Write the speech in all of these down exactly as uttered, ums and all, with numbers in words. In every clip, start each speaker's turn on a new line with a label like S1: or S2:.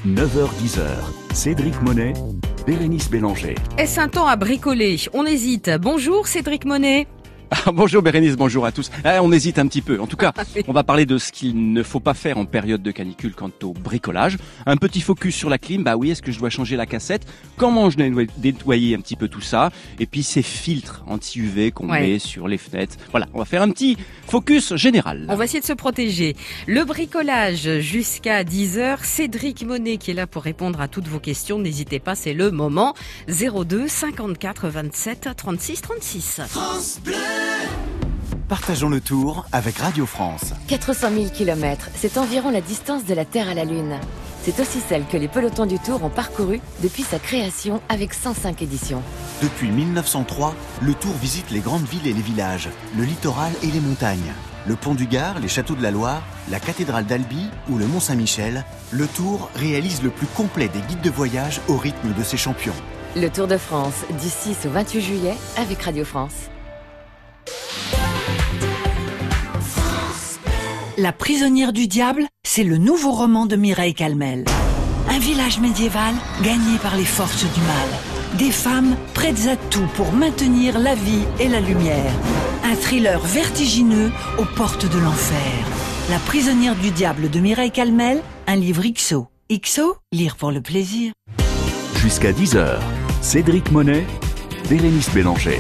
S1: neuf heures dix heures. Cédric Monet, Bérénice Bélanger.
S2: Est-ce un temps à bricoler? On hésite. Bonjour Cédric Monet.
S3: Ah, bonjour Bérénice, bonjour à tous. Ah, on hésite un petit peu. En tout cas,
S2: oui.
S3: on va parler de ce qu'il ne faut pas faire en période de canicule quant au bricolage. Un petit focus sur la clim. Bah oui, est-ce que je dois changer la cassette? Comment je dois nettoyer un petit peu tout ça? Et puis ces filtres anti-U V qu'on
S2: ouais.
S3: met sur les fenêtres. Voilà, on va faire un petit focus général.
S2: On va essayer de se protéger. Le bricolage jusqu'à dix heures. Cédric Monet qui est là pour répondre à toutes vos questions. N'hésitez pas, c'est le moment. zéro deux cinquante-quatre vingt-sept trente-six trente-six.
S4: France Bleu.
S5: Partageons le tour avec Radio France.
S6: quatre cent mille kilomètres, c'est environ la distance de la Terre à la Lune. C'est aussi celle que les pelotons du Tour ont parcourue depuis sa création avec cent cinq éditions.
S5: Depuis mille neuf cent trois, le Tour visite les grandes villes et les villages, le littoral et les montagnes. Le pont du Gard, les châteaux de la Loire, la cathédrale d'Albi ou le Mont Saint-Michel, le Tour réalise le plus complet des guides de voyage au rythme de ses champions.
S6: Le Tour de France, du six au vingt-huit juillet avec Radio France.
S7: La prisonnière du diable, c'est le nouveau roman de Mireille Calmel. Un village médiéval gagné par les forces du mal. Des femmes prêtes à tout pour maintenir la vie et la lumière. Un thriller vertigineux aux portes de l'enfer. La prisonnière du diable de Mireille Calmel, un livre X O. X O, lire pour le plaisir.
S1: Jusqu'à dix heures. Cédric Monet, Bérénice Bélanger.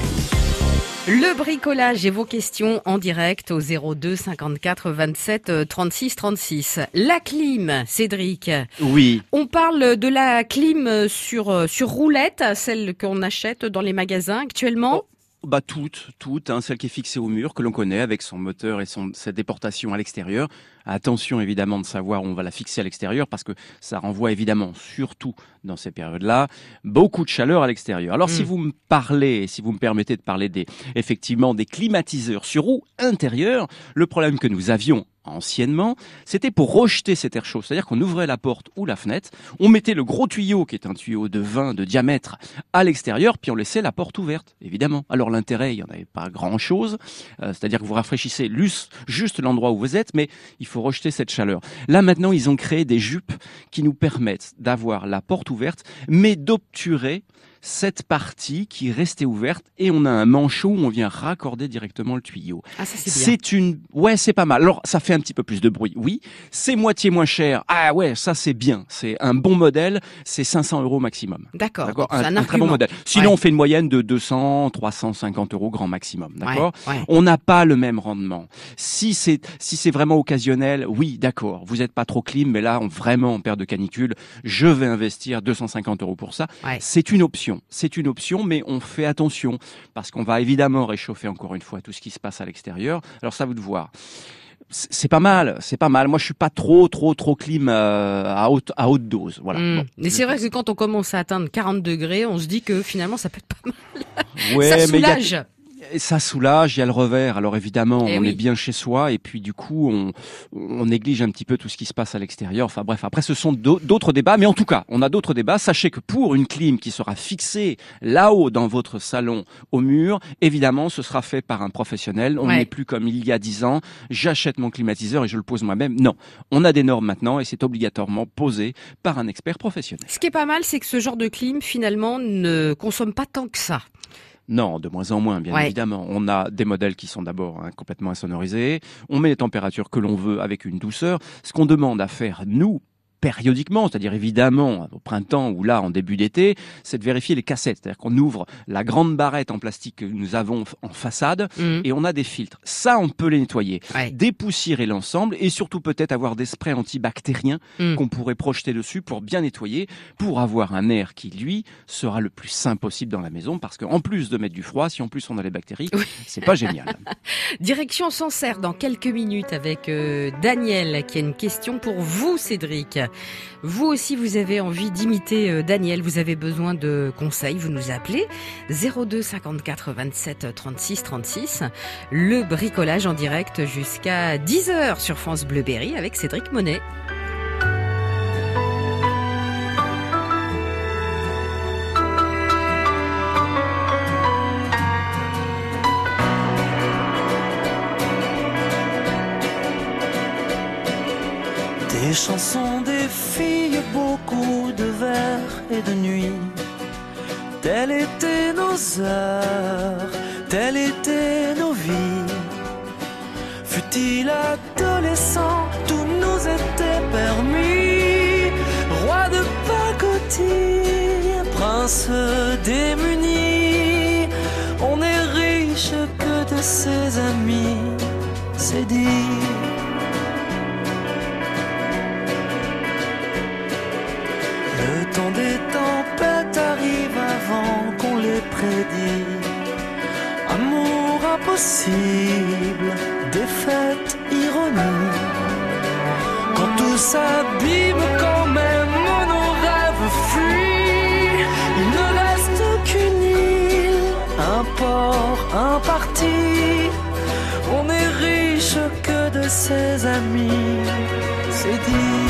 S2: Le bricolage et vos questions en direct au zéro deux cinquante-quatre vingt-sept trente-six trente-six. La clim, Cédric.
S3: Oui.
S2: On parle de la clim sur, sur roulette, celle qu'on achète dans les magasins actuellement.
S3: Oh. Bah toutes, toutes, hein, celle qui est fixée au mur, que l'on connaît avec son moteur et son, sa déportation à l'extérieur. Attention évidemment de savoir où on va la fixer à l'extérieur parce que ça renvoie évidemment, surtout dans ces périodes-là, beaucoup de chaleur à l'extérieur. Alors mmh. si vous me parlez, si vous me permettez de parler des, effectivement des climatiseurs sur roue intérieure, le problème que nous avions anciennement, c'était pour rejeter cet air chaud. C'est-à-dire qu'on ouvrait la porte ou la fenêtre, on mettait le gros tuyau, qui est un tuyau de vingt de diamètre, à l'extérieur, puis on laissait la porte ouverte, évidemment. Alors l'intérêt, il n'y en avait pas grand-chose, euh, c'est-à-dire que vous rafraîchissez juste l'endroit où vous êtes, mais il faut rejeter cette chaleur. Là, maintenant, ils ont créé des jupes qui nous permettent d'avoir la porte ouverte, mais d'obturer cette partie qui restait ouverte et on a un manchot où on vient raccorder directement le tuyau.
S2: Ah, ça c'est bien.
S3: C'est une, ouais, c'est pas mal. Alors, ça fait un petit peu plus de bruit, oui. C'est moitié moins cher. Ah ouais, ça c'est bien. C'est un bon modèle. C'est cinq cents euros maximum.
S2: D'accord.
S3: D'accord.
S2: C'est
S3: Un,
S2: un,
S3: un très bon modèle. Sinon,
S2: ouais.
S3: on fait une moyenne de deux cents, trois cent cinquante euros grand maximum. D'accord.
S2: Ouais, ouais.
S3: On n'a pas le même rendement. Si c'est, si c'est vraiment occasionnel, oui, d'accord. Vous n'êtes pas trop clim, mais là, on, vraiment en période de canicule, je vais investir deux cent cinquante euros pour ça.
S2: Ouais.
S3: C'est une option. C'est une option. Mais on fait attention parce qu'on va évidemment réchauffer encore une fois tout ce qui se passe à l'extérieur. Alors ça, vous de voir. C'est pas mal, c'est pas mal. Moi, je suis pas trop, trop, trop clim euh, à haute, à haute dose. Voilà.
S2: Mmh.
S3: Bon,
S2: Mais c'est vrai que quand on commence à atteindre quarante degrés, on se dit que finalement, ça peut être pas mal.
S3: ouais,
S2: ça soulage.
S3: Mais y a... Ça soulage, il y a le revers. Alors évidemment,
S2: eh
S3: on
S2: oui.
S3: est bien chez soi et puis du coup, on, on néglige un petit peu tout ce qui se passe à l'extérieur. Enfin bref, après ce sont d'autres débats, mais en tout cas, on a d'autres débats. Sachez que pour une clim qui sera fixée là-haut dans votre salon au mur, évidemment, ce sera fait par un professionnel. On n'est
S2: ouais.
S3: plus comme il y a dix ans. J'achète mon climatiseur et je le pose moi-même. Non, on a des normes maintenant et c'est obligatoirement posé par un expert professionnel.
S2: Ce qui est pas mal, c'est que ce genre de clim, finalement, ne consomme pas tant que ça.
S3: Non, de moins en moins, bien
S2: ouais.
S3: évidemment. On a des modèles qui sont d'abord hein, complètement insonorisés. On met les températures que l'on veut avec une douceur. Ce qu'on demande à faire, nous, périodiquement, c'est-à-dire évidemment au printemps ou là en début d'été, c'est de vérifier les cassettes. C'est-à-dire qu'on ouvre la grande barrette en plastique que nous avons en façade mmh. et on a des filtres. Ça, on peut les nettoyer.
S2: Ouais.
S3: Dépoussiérer l'ensemble et surtout peut-être avoir des sprays antibactériens mmh. qu'on pourrait projeter dessus pour bien nettoyer, pour avoir un air qui, lui, sera le plus sain possible dans la maison parce qu'en plus de mettre du froid, si en plus on a les bactéries, oui. c'est pas génial.
S2: Direction Sancerre dans quelques minutes avec euh, Daniel qui a une question pour vous, Cédric. Vous aussi, vous avez envie d'imiter Daniel, vous avez besoin de conseils, vous nous appelez zéro deux cinquante-quatre vingt-sept trente-six trente-six. Le bricolage en direct jusqu'à dix heures sur France Bleu Berry avec Cédric Monet.
S4: Des chansons, des filles, beaucoup de vers et de nuits. Telles étaient nos heures, telles étaient nos vies. Fut-il adolescent, tout nous était permis. Roi de pacotille, prince démuni, on est riche que de ses amis, c'est dit. Le temps des tempêtes arrive avant qu'on les prédit. Amour impossible, défaite, ironie. Quand tout s'abîme, quand même nos rêves fuient, il ne reste qu'une île, un port, un parti. On est riche que de ses amis, c'est dit.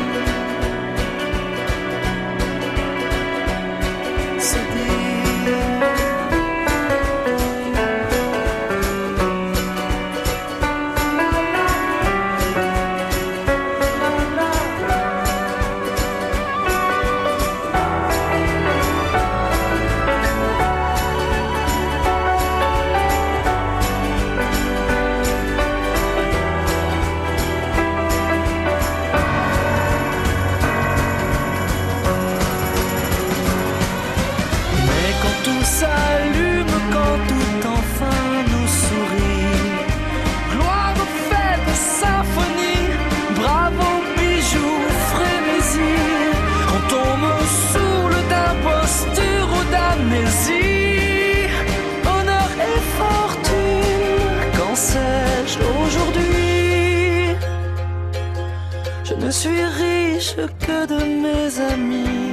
S4: Je suis riche que de mes amis.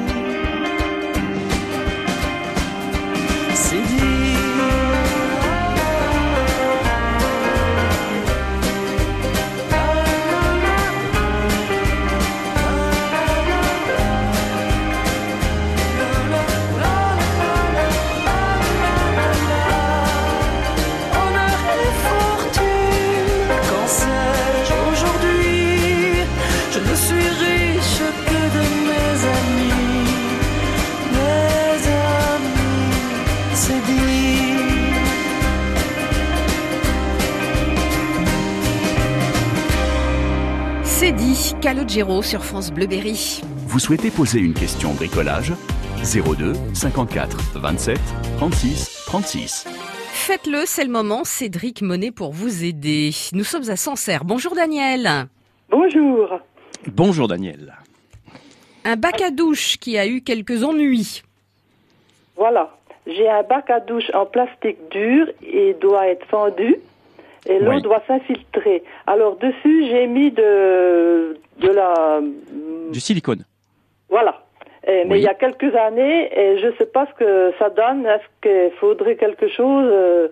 S4: C'est dit.
S2: C'est dit, Calogero sur France Bleu Berry.
S1: Vous souhaitez poser une question bricolage ? zéro deux cinquante-quatre vingt-sept trente-six trente-six.
S2: Faites-le, c'est le moment. Cédric Monet pour vous aider. Nous sommes à Sancerre. Bonjour Daniel.
S8: Bonjour.
S3: Bonjour Daniel.
S2: Un bac à douche qui a eu quelques ennuis.
S8: Voilà. J'ai un bac à douche en plastique dur et doit être fendu. Et l'eau oui. doit s'infiltrer. Alors dessus, j'ai mis de de la
S3: du silicone.
S8: Voilà. Et, mais
S3: oui.
S8: il y a quelques années, et je sais pas ce que ça donne. Est-ce qu'il faudrait quelque chose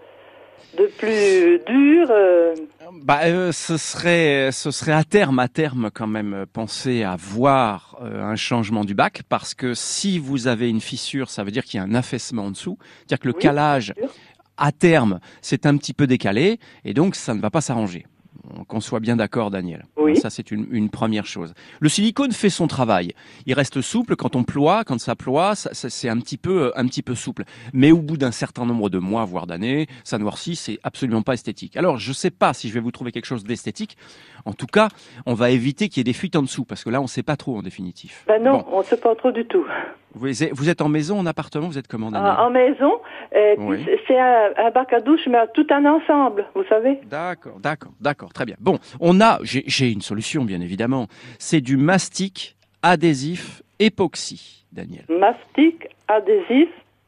S8: de plus dur euh...
S3: Bah, euh, ce serait, ce serait à terme, à terme quand même, penser à voir euh, un changement du bac, parce que si vous avez une fissure, ça veut dire qu'il y a un affaissement en dessous, c'est-à-dire que le
S8: oui,
S3: calage à terme, c'est un petit peu décalé, et donc ça ne va pas s'arranger. Qu'on soit bien d'accord, Daniel.
S8: Oui.
S3: Ça, c'est une, une première chose. Le silicone fait son travail. Il reste souple quand on ploie, quand ça ploie, ça, ça, c'est un petit peu, un petit peu souple. Mais au bout d'un certain nombre de mois, voire d'années, ça noircit, c'est absolument pas esthétique. Alors, je sais pas si je vais vous trouver quelque chose d'esthétique. En tout cas, on va éviter qu'il y ait des fuites en dessous, parce que là, on sait pas trop en définitif.
S8: Ben non,
S3: bon.
S8: on sait pas trop du tout.
S3: Vous êtes, vous êtes en maison, en appartement, vous êtes comment, Daniel ?
S8: En maison, euh, oui. c'est un, un bac à douche, mais tout un ensemble, vous savez.
S3: D'accord, d'accord, d'accord, très bien. Bon, on a, j'ai, j'ai une solution, bien évidemment. C'est du mastic adhésif époxy, Daniel.
S8: Mastic adhésif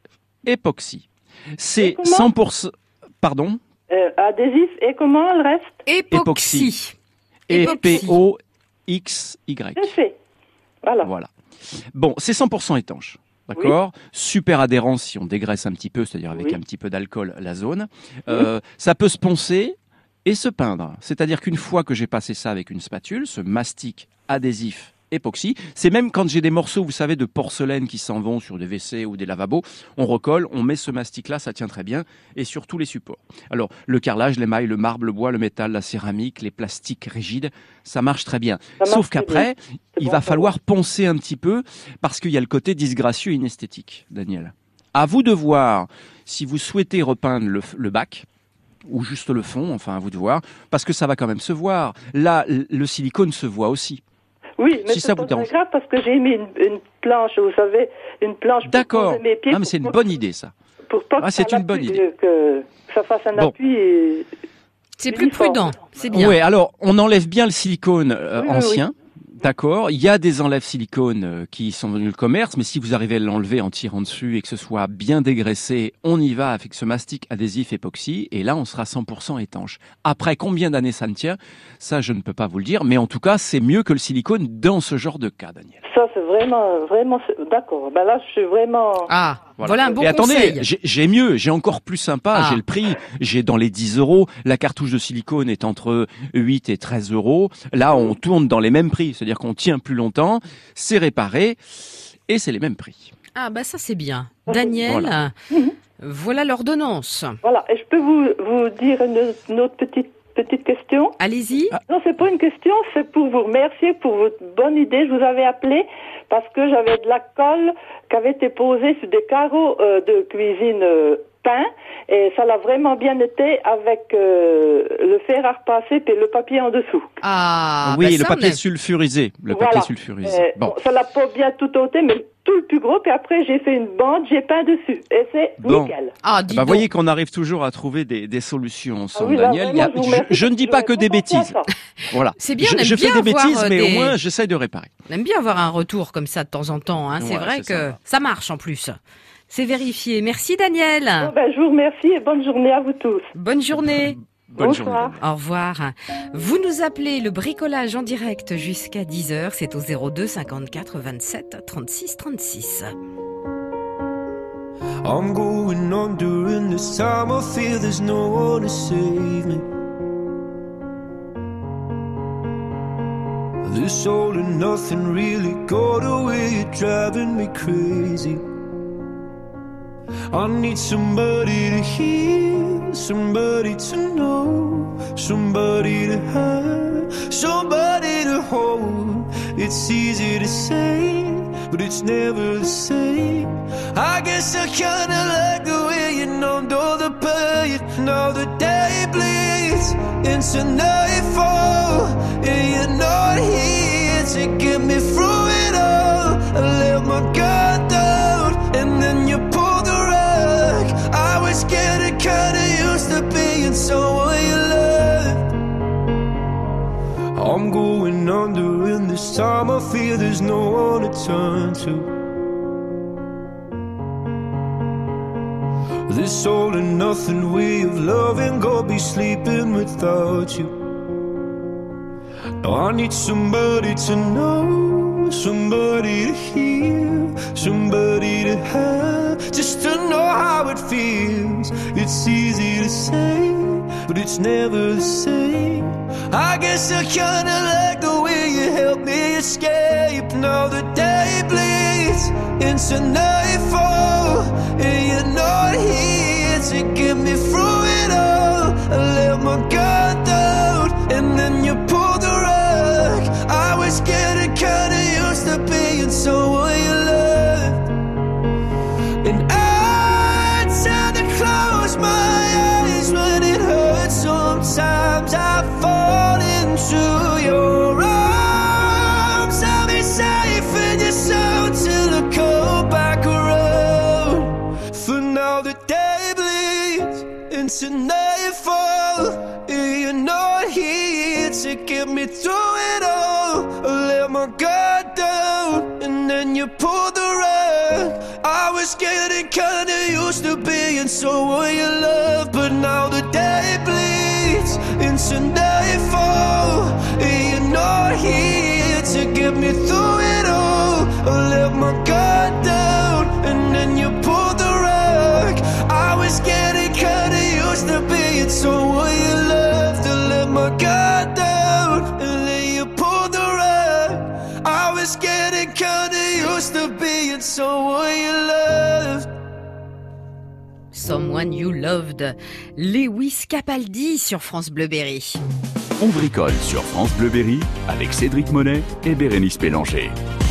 S3: époxy. C'est cent pour cent. Pardon ?
S8: euh, Adhésif et comment le reste ?
S2: Époxy.
S3: E P O X Y.
S8: C'est fait. Voilà.
S3: Voilà. Bon, c'est cent pour cent étanche. D'accord, oui. Super adhérent si on dégraisse un petit peu, c'est-à-dire avec oui. un petit peu d'alcool la zone. Euh, oui. Ça peut se poncer et se peindre. C'est-à-dire qu'une fois que j'ai passé ça avec une spatule, ce mastic adhésif époxy. C'est même quand j'ai des morceaux, vous savez, de porcelaine qui s'en vont sur des W C ou des lavabos, on recolle, on met ce mastic-là, ça tient très bien, et sur tous les supports. Alors, le carrelage, l'émail, le marbre, le bois, le métal, la céramique, les plastiques rigides, ça marche très bien.
S8: Ça
S3: Sauf
S8: marche
S3: qu'après, il
S8: bon,
S3: va
S8: ça
S3: falloir
S8: va.
S3: poncer un petit peu, parce qu'il y a le côté disgracieux et inesthétique, Daniel. À vous de voir si vous souhaitez repeindre le, le bac, ou juste le fond, enfin à vous de voir, parce que ça va quand même se voir. Là, le silicone se voit aussi.
S8: Oui, mais
S3: Si
S8: c'est
S3: ça
S8: pas
S3: vous
S8: très
S3: dérange.
S8: grave parce que j'ai mis une, une planche, vous savez, une planche pour
S3: D'accord.
S8: poser mes pieds.
S3: Ah, mais
S8: pour
S3: c'est une
S8: pas-
S3: bonne idée, ça.
S8: Pour pas
S3: Ah,
S8: que
S3: c'est
S8: ça
S3: une bonne
S8: appuie,
S3: idée.
S8: Que, que ça fasse un
S3: Bon.
S8: appui et...
S2: C'est plus
S8: uniforme.
S2: prudent, c'est bien.
S3: Oui, alors, on enlève bien le silicone euh,
S8: Oui, oui,
S3: ancien. D'accord. Il y a des enlèves silicone euh, qui sont venus le commerce, mais si vous arrivez à l'enlever en tirant dessus et que ce soit bien dégraissé, on y va avec ce mastic adhésif époxy et là on sera cent pour cent étanche. Après combien d'années ça ne tient, ça je ne peux pas vous le dire, mais en tout cas c'est mieux que le silicone dans ce genre de cas, Daniel.
S8: Ça, c'est vraiment, vraiment, c'est- d'accord. Ben là, je suis vraiment...
S2: Ah, voilà,
S3: Voilà.
S2: un bon
S3: et attendez,
S2: conseil.
S3: j'ai- j'ai mieux, j'ai encore plus sympa,
S2: Ah.
S3: j'ai le prix, j'ai dans les dix euros, la cartouche de silicone est entre huit et treize euros, là on tourne dans les mêmes prix, c'est-à-dire qu'on tient plus longtemps, c'est réparé, et c'est les mêmes prix.
S2: Ah bah ça c'est bien. Daniel,
S3: Voilà.
S2: voilà l'ordonnance.
S8: Voilà. Et je peux vous, vous dire une, une autre petite, petite question?
S2: Allez-y.
S8: Non, c'est pas une question, c'est pour vous remercier pour votre bonne idée. Je vous avais appelé parce que j'avais de la colle qui avait été posée sur des carreaux euh, de cuisine euh, peints et ça l'a vraiment bien été avec euh, le fer à repasser et le papier en dessous.
S2: Ah,
S3: oui,
S2: bah
S3: le
S2: ça,
S3: papier
S2: on est-
S3: sulfurisé, le
S8: Voilà.
S3: papier sulfurisé.
S8: Euh,
S3: Bon.
S8: bon, ça l'a pas bien tout ôté, mais tout le plus gros. Puis après, j'ai fait une bande, j'ai peint dessus et c'est
S3: Bon.
S8: nickel.
S2: Ah, dis
S3: Bah,
S2: donc.
S3: voyez qu'on arrive toujours à trouver des, des solutions ensemble,
S8: Ah oui, là,
S3: Daniel. Il y a-
S8: vraiment, je vous
S3: je,
S8: remercie
S3: je ne dis
S8: parce
S3: pas que
S8: j'aurais
S3: des
S8: pas pensé à
S3: bêtises.
S8: ça.
S3: Voilà.
S2: C'est bien,
S3: je
S2: on aime
S3: je fais
S2: bien
S3: des
S2: avoir,
S3: bêtises,
S2: euh,
S3: mais
S2: des-
S3: au moins j'essaye de réparer.
S2: On aime bien avoir un retour comme ça de temps en temps. Hein. C'est
S3: Ouais,
S2: vrai
S3: c'est
S2: que
S3: sympa.
S2: ça marche en plus. C'est vérifié. Merci Daniel.
S8: Bon, ben, je vous remercie et bonne journée à vous tous.
S2: Bonne journée.
S3: Bonne
S8: Bonsoir.
S3: journée.
S2: Au revoir. Vous nous appelez le bricolage en direct jusqu'à dix heures. C'est au zéro deux cinquante-quatre vingt-sept trente-six trente-six.
S4: I'm going under and this time I feel there's no one to save me. This all and nothing really got away, you're driving me crazy. I need somebody to hear, somebody to know, somebody to have, somebody to hold. It's easy to say, but it's never the same. I guess I kinda like the way you numbed all the pain. Now the day bleeds into nightfall, and you're not here to get me through it all. I let my guard down, and then you pulled the rug. I was getting kinda used to being someone you loved. I'm going under, and this time I feel there's no one to turn to. This all and nothing way of loving, go be sleeping without you. Now I need somebody to know, somebody to hear, somebody to have, just to know how it feels. It's easy to say, but it's never the same. I guess I kinda like the way you help me escape. Now the day bleeds into nightfall, and you're not here to get me through it all. I let my guard down, and then you pulled the rug. I was getting kinda used to being someone you loved, and I tend to close my eyes when it hurts. Sometimes I fall into your arms. I'll be safe in your soul till I come back around. For now the day bleeds into nightfall, and you're not here to get me through it all. I let my guard down, and then you pulled the rug. I was getting kinda used to being someone you love, but now the day bleeds into nightfall, and you're not here to get me through it all. I let my guard down, and then you pulled the rug. I was getting kinda used to being someone you loved. I let my guard down, and then you pulled the rug. I was ain't kinda used to being someone you loved.
S2: Someone You Loved, Lewis Capaldi sur France Bleu Berry.
S1: On bricole sur France Bleu Berry avec Cédric Monet et Bérénice Pélanger.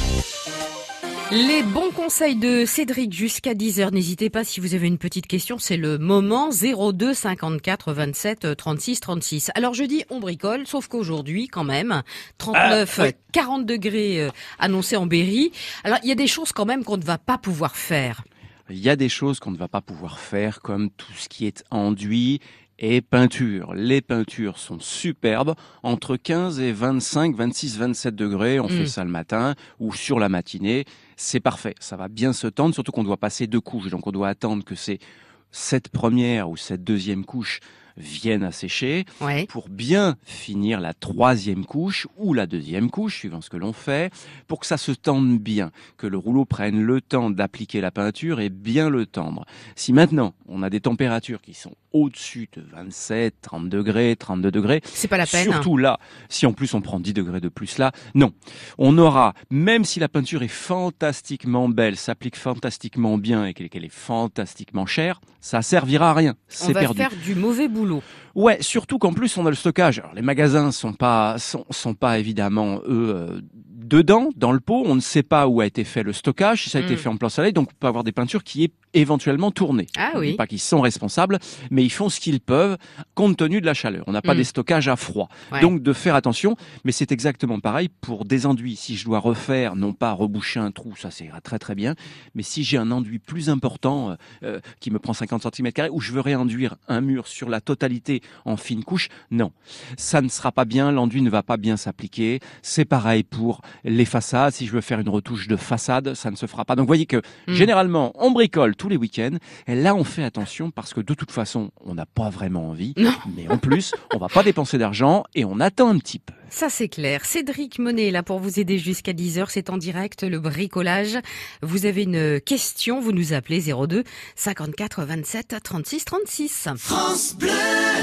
S2: Les bons conseils de Cédric jusqu'à dix heures. N'hésitez pas si vous avez une petite question, c'est le moment. Zéro deux cinquante-quatre vingt-sept trente-six trente-six. Alors je dis on bricole, sauf qu'aujourd'hui quand même, trente-neuf,
S3: ah, oui.
S2: quarante degrés euh, annoncés en Berry. Alors il y a des choses quand même qu'on ne va pas pouvoir faire.
S3: Il y a des choses qu'on ne va pas pouvoir faire, comme tout ce qui est enduit et peinture. Les peintures sont superbes, entre quinze et vingt-cinq, vingt-six, vingt-sept degrés. On mmh. fait ça le matin ou sur la matinée. C'est parfait, ça va bien se tendre, surtout qu'on doit passer deux couches. Donc on doit attendre que ces cette première ou cette deuxième couche viennent à sécher
S2: ouais.
S3: pour bien finir la troisième couche ou la deuxième couche, suivant ce que l'on fait, pour que ça se tende bien, que le rouleau prenne le temps d'appliquer la peinture et bien le tendre. Si maintenant on a des températures qui sont au-dessus de vingt-sept, trente degrés, trente-deux degrés,
S2: c'est pas la peine.
S3: Surtout là, si en plus on prend dix degrés de plus là, non. On aura, même si la peinture est fantastiquement belle, s'applique fantastiquement bien et qu'elle est fantastiquement chère, ça servira à rien. C'est perdu.
S2: On va faire du mauvais boulot.
S3: Ouais, surtout qu'en plus on a le stockage. Alors, les magasins sont pas sont, sont pas évidemment eux euh, dedans dans le pot. On ne sait pas où a été fait le stockage, si ça a mmh. été fait en plein soleil. Donc on peut avoir des peintures qui est éventuellement tournées.
S2: Ah oui.
S3: Pas qu'ils sont responsables, mais ils font ce qu'ils peuvent compte tenu de la chaleur. On n'a pas mmh. des stockages à froid.
S2: Ouais.
S3: Donc de faire attention. Mais c'est exactement pareil pour des enduits. Si je dois refaire, non pas reboucher un trou, ça c'est très très bien. Mais si j'ai un enduit plus important euh, qui me prend cinquante centimètres carrés, où je veux réenduire un mur sur la totalité en fine couche, non. Ça ne sera pas bien, l'enduit ne va pas bien s'appliquer. C'est pareil pour les façades. Si je veux faire une retouche de façade, ça ne se fera pas. Donc vous voyez que mmh. généralement, on bricole tous les week-ends. Et là, on fait attention parce que de toute façon, on n'a pas vraiment envie.
S2: Non.
S3: Mais en plus, on va pas dépenser d'argent et on attend un petit peu.
S2: Ça, c'est clair. Cédric Monet est là pour vous aider jusqu'à dix heures. C'est en direct, le bricolage. Vous avez une question, vous nous appelez zéro deux cinquante-quatre vingt-sept trente-six trente-six.
S4: France Bleu.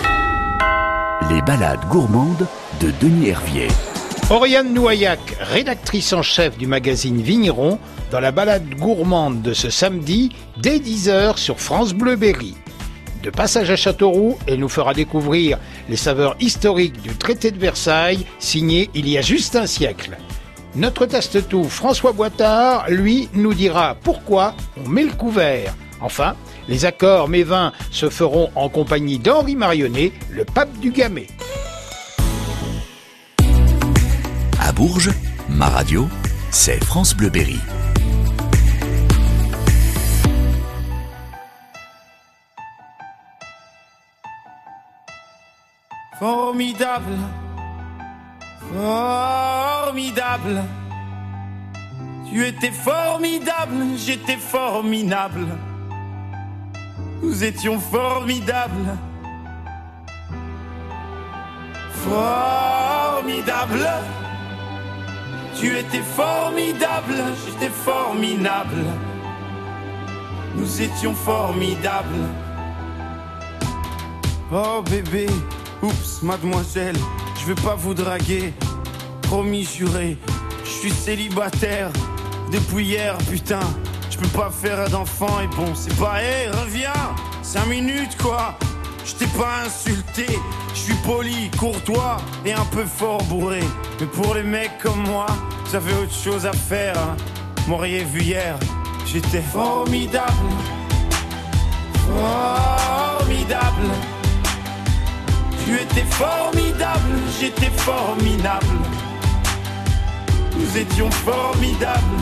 S1: Les balades gourmandes de Denis Hervier.
S9: Oriane Noyac, rédactrice en chef du magazine Vigneron, dans la balade gourmande de ce samedi, dès dix heures sur France Bleu Berry. De passage à Châteauroux, elle nous fera découvrir les saveurs historiques du traité de Versailles, signé il y a juste un siècle. Notre tasse-tout François Boitard, lui, nous dira pourquoi on met le couvert. Enfin, les accords mévins se feront en compagnie d'Henri Marionnet, le pape du Gamay.
S1: À Bourges, ma radio, c'est France Bleu Berry.
S4: Formidable, formidable. Tu étais formidable, j'étais formidable. Nous étions formidables. Formidable. Tu étais formidable, j'étais formidable. Nous étions formidables. Oh bébé, oups, mademoiselle, je veux pas vous draguer. Promis juré, je suis célibataire depuis hier, putain. Je peux pas faire d'enfant et bon, c'est pas, hé, hey, reviens, cinq minutes quoi. Je t'ai pas insulté, je suis poli, courtois et un peu fort bourré. Mais pour les mecs comme moi, vous avez autre chose à faire, hein. M'auriez vu hier, j'étais formidable. Formidable. Tu étais formidable, j'étais formidable. Nous étions formidables.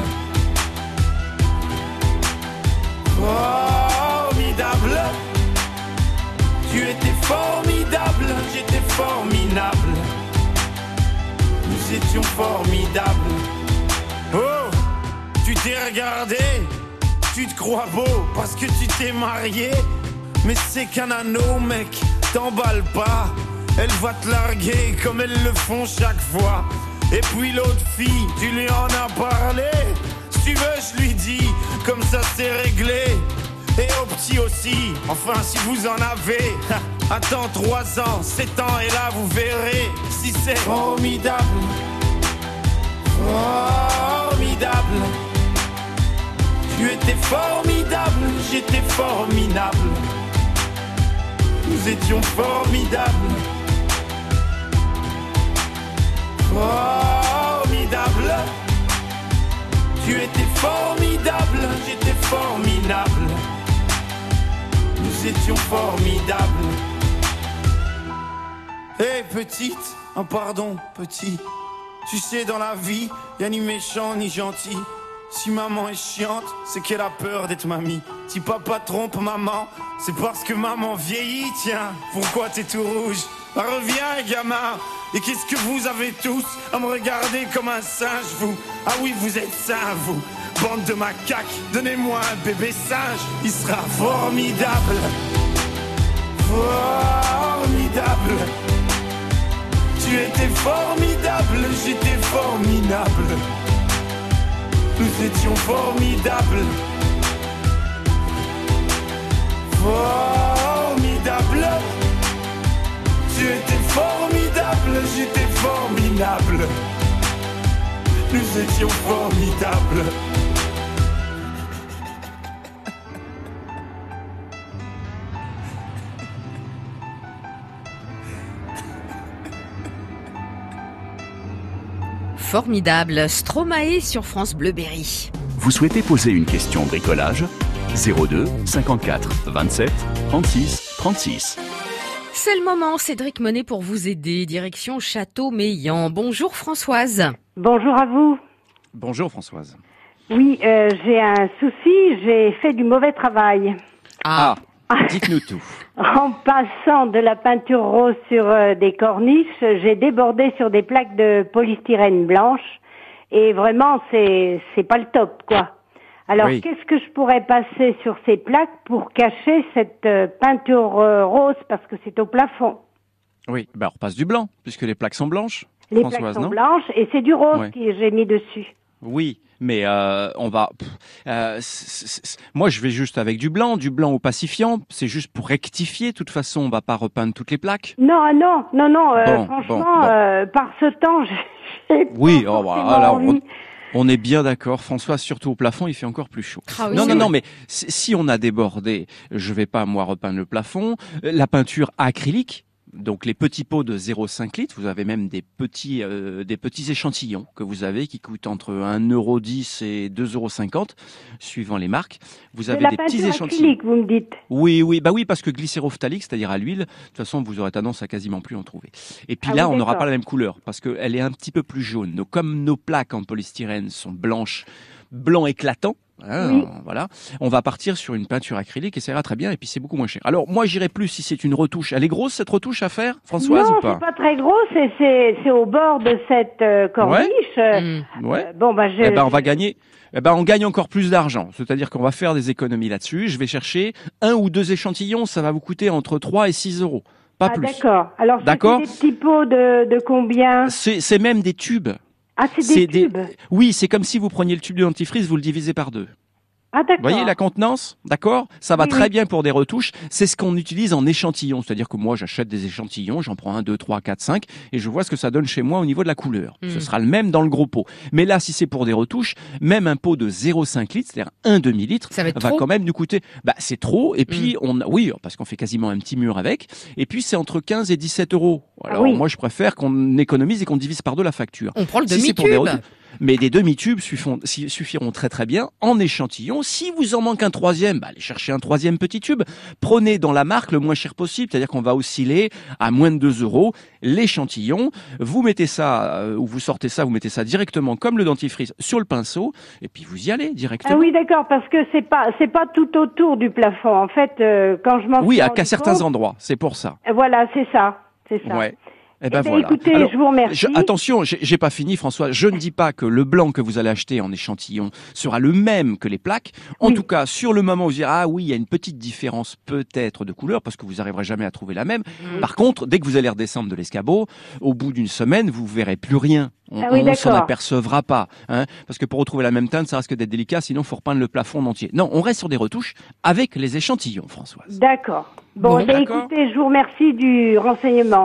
S4: Formidable. Tu étais formidable, j'étais formidable. Nous étions formidables. Oh, tu t'es regardé, tu te crois beau parce que tu t'es marié. Mais c'est qu'un anneau, mec, t'emballe pas. Elle va te larguer comme elles le font chaque fois. Et puis l'autre fille, tu lui en as parlé. Si tu veux, je lui dis, comme ça c'est réglé. Et au petit aussi, enfin si vous en avez. Attends trois ans, sept ans et là vous verrez si c'est formidable. Formidable. Tu étais formidable, j'étais formidable. Nous étions formidables. Formidable. Tu étais formidable, j'étais formidable. Nous étions formidables. Hé hey, petite, oh pardon petit. Tu sais dans la vie, y'a ni méchant ni gentil. Si maman est chiante, c'est qu'elle a peur d'être mamie. Si papa trompe maman, c'est parce que maman vieillit. Tiens, pourquoi t'es tout rouge? Bah, reviens gamin. Et qu'est-ce que vous avez tous à me regarder comme un singe, vous? Ah oui, vous êtes sains, vous. Bande de macaques, donnez-moi un bébé singe. Il sera formidable. Formidable. Tu étais formidable, j'étais formidable. Nous étions formidables. Formidable. Tu étais formidable, j'étais formidable. Nous étions formidables.
S2: Formidable. Stromae sur France Bleu Berry.
S1: Vous souhaitez poser une question bricolage? zéro deux cinquante-quatre vingt-sept trente-six trente-six.
S2: C'est le moment, Cédric Monet pour vous aider. Direction Châteaumeillan. Bonjour Françoise.
S10: Bonjour à vous.
S3: Bonjour Françoise.
S10: Oui, euh, j'ai un souci, j'ai fait du mauvais travail.
S3: Ah, dites-nous tout.
S10: En passant de la peinture rose sur euh, des corniches, j'ai débordé sur des plaques de polystyrène blanche et vraiment c'est c'est pas le top quoi. Alors oui. Qu'est-ce que je pourrais passer sur ces plaques pour cacher cette euh, peinture euh, rose parce que c'est au plafond?
S3: Oui, ben on repasse du blanc puisque les plaques sont blanches.
S10: Les
S3: Françoise,
S10: plaques sont
S3: non
S10: blanches et c'est du rose
S3: ouais.
S10: que j'ai mis dessus.
S3: Oui, mais euh, on va. Euh, c- c- c- moi, je vais juste avec du blanc, du blanc opacifiant. C'est juste pour rectifier. De toute façon, on va pas repeindre toutes les plaques.
S10: Non, non, non, non. Euh,
S3: Bon,
S10: franchement,
S3: bon, bon.
S10: Euh, par ce temps, j'ai
S3: Oui,
S10: pas
S3: oh,
S10: forcément
S3: bah, alors,
S10: envie.
S3: on, on est bien d'accord, François. Surtout au plafond, il fait encore plus chaud.
S2: Ah oui,
S3: non,
S2: c'est
S3: non,
S2: vrai.
S3: non, mais si si on a débordé, je vais pas moi repeindre le plafond. Euh, La peinture acrylique. Donc les petits pots de zéro virgule cinq litres, vous avez même des petits euh, des petits échantillons que vous avez qui coûtent entre un euro dix et deux euros cinquante suivant les marques. Vous
S10: C'est
S3: avez
S10: la
S3: des petits
S10: peinture
S3: échantillons.
S10: acrylique, vous me dites.
S3: Oui, oui, bah oui, parce que glycérophthalique, c'est-à-dire à l'huile, de toute façon, vous aurez tendance à quasiment plus en trouver. Et puis
S10: Ah
S3: là,
S10: oui,
S3: on n'aura
S10: d'accord.
S3: pas la même couleur parce qu'elle est un petit peu plus jaune. Donc comme nos plaques en polystyrène sont blanches, blanc éclatant. Hein,
S10: Oui.
S3: Voilà, on va partir sur une peinture acrylique et ça ira très bien et puis c'est beaucoup moins cher. Alors moi j'irai plus si c'est une retouche. Elle est grosse cette retouche à faire, Françoise,
S10: non,
S3: ou pas?
S10: c'est pas très gros, c'est c'est c'est au bord de cette euh, corniche. Euh,
S2: Mmh.
S3: Ouais.
S10: euh, bon bah je.
S3: Eh ben on va
S10: je-
S3: gagner. Eh ben on gagne encore plus d'argent. C'est-à-dire qu'on va faire des économies là-dessus. Je vais chercher un ou deux échantillons. Ça va vous coûter entre trois et six euros, pas
S10: Ah
S3: plus.
S10: d'accord. Alors
S3: D'accord.
S10: c'est des petits pots de de combien?
S3: C'est c'est même des tubes.
S10: Ah c'est des tubes.
S3: Oui, c'est comme si vous preniez le tube de dentifrice, vous le divisez par deux.
S10: Ah d'accord.
S3: Vous voyez la contenance, d'accord? Ça va
S10: Oui,
S3: très
S10: oui.
S3: bien pour des retouches. C'est ce qu'on utilise en échantillon. C'est-à-dire que moi, j'achète des échantillons, j'en prends un, deux, trois, quatre, cinq, et je vois ce que ça donne chez moi au niveau de la couleur.
S2: Mhm.
S3: Ce sera le même dans le gros pot. Mais là, si c'est pour des retouches, même un pot de zéro virgule cinq litres, c'est-à-dire un demi-litre,
S2: Ça va être
S3: va
S2: trop.
S3: quand même nous coûter, bah, c'est trop. Et puis, on, oui, parce qu'on fait quasiment un petit mur avec. Et puis, c'est entre quinze et dix-sept euros. Alors,
S10: oui.
S3: moi, je préfère qu'on économise et qu'on divise par deux la facture.
S2: On prend le
S3: Si c'est pour des
S2: demi-tube.
S3: retouches- Mais des demi-tubes suffiront, si- suffiront très très bien en échantillon. Si vous en manque un troisième, bah, allez chercher un troisième petit tube. Prenez dans la marque le moins cher possible, c'est-à-dire qu'on va osciller à moins de deux euros l'échantillon. Vous mettez ça, euh, ou vous sortez ça, vous mettez ça directement comme le dentifrice sur le pinceau, et puis vous y allez directement.
S10: Ah oui d'accord parce que c'est pas c'est pas tout autour du plafond. En fait euh, quand je m'en
S3: Oui,
S10: suis
S3: à
S10: rendu
S3: qu'à certains
S10: compte-
S3: endroits, c'est pour ça.
S10: Voilà c'est ça c'est ça.
S3: Ouais. Eh
S10: Eh
S3: ben
S10: ben,
S3: voilà.
S10: écoutez,
S3: Alors,
S10: je vous remercie.
S3: je- attention, j'ai j'ai pas fini, François. Je ne dis pas que le blanc que vous allez acheter en échantillon sera le même que les plaques. En
S10: Oui.
S3: tout cas, sur le moment où vous direz ah oui, il y a une petite différence peut-être de couleur parce que vous arriverez jamais à trouver la même.
S10: Mm.
S3: Par contre, dès que vous allez redescendre de l'escabeau, au bout d'une semaine, vous verrez plus rien. On,
S10: Ah oui,
S3: on s'en
S10: d'accord.
S3: apercevra pas, hein, parce que pour retrouver la même teinte, ça risque d'être délicat. Sinon, faut repeindre le plafond en entier. Non, on reste sur des retouches avec les échantillons, Françoise.
S10: D'accord. Bon,
S2: Bon,
S10: eh bien,
S3: d'accord.
S10: écoutez, je vous remercie du renseignement.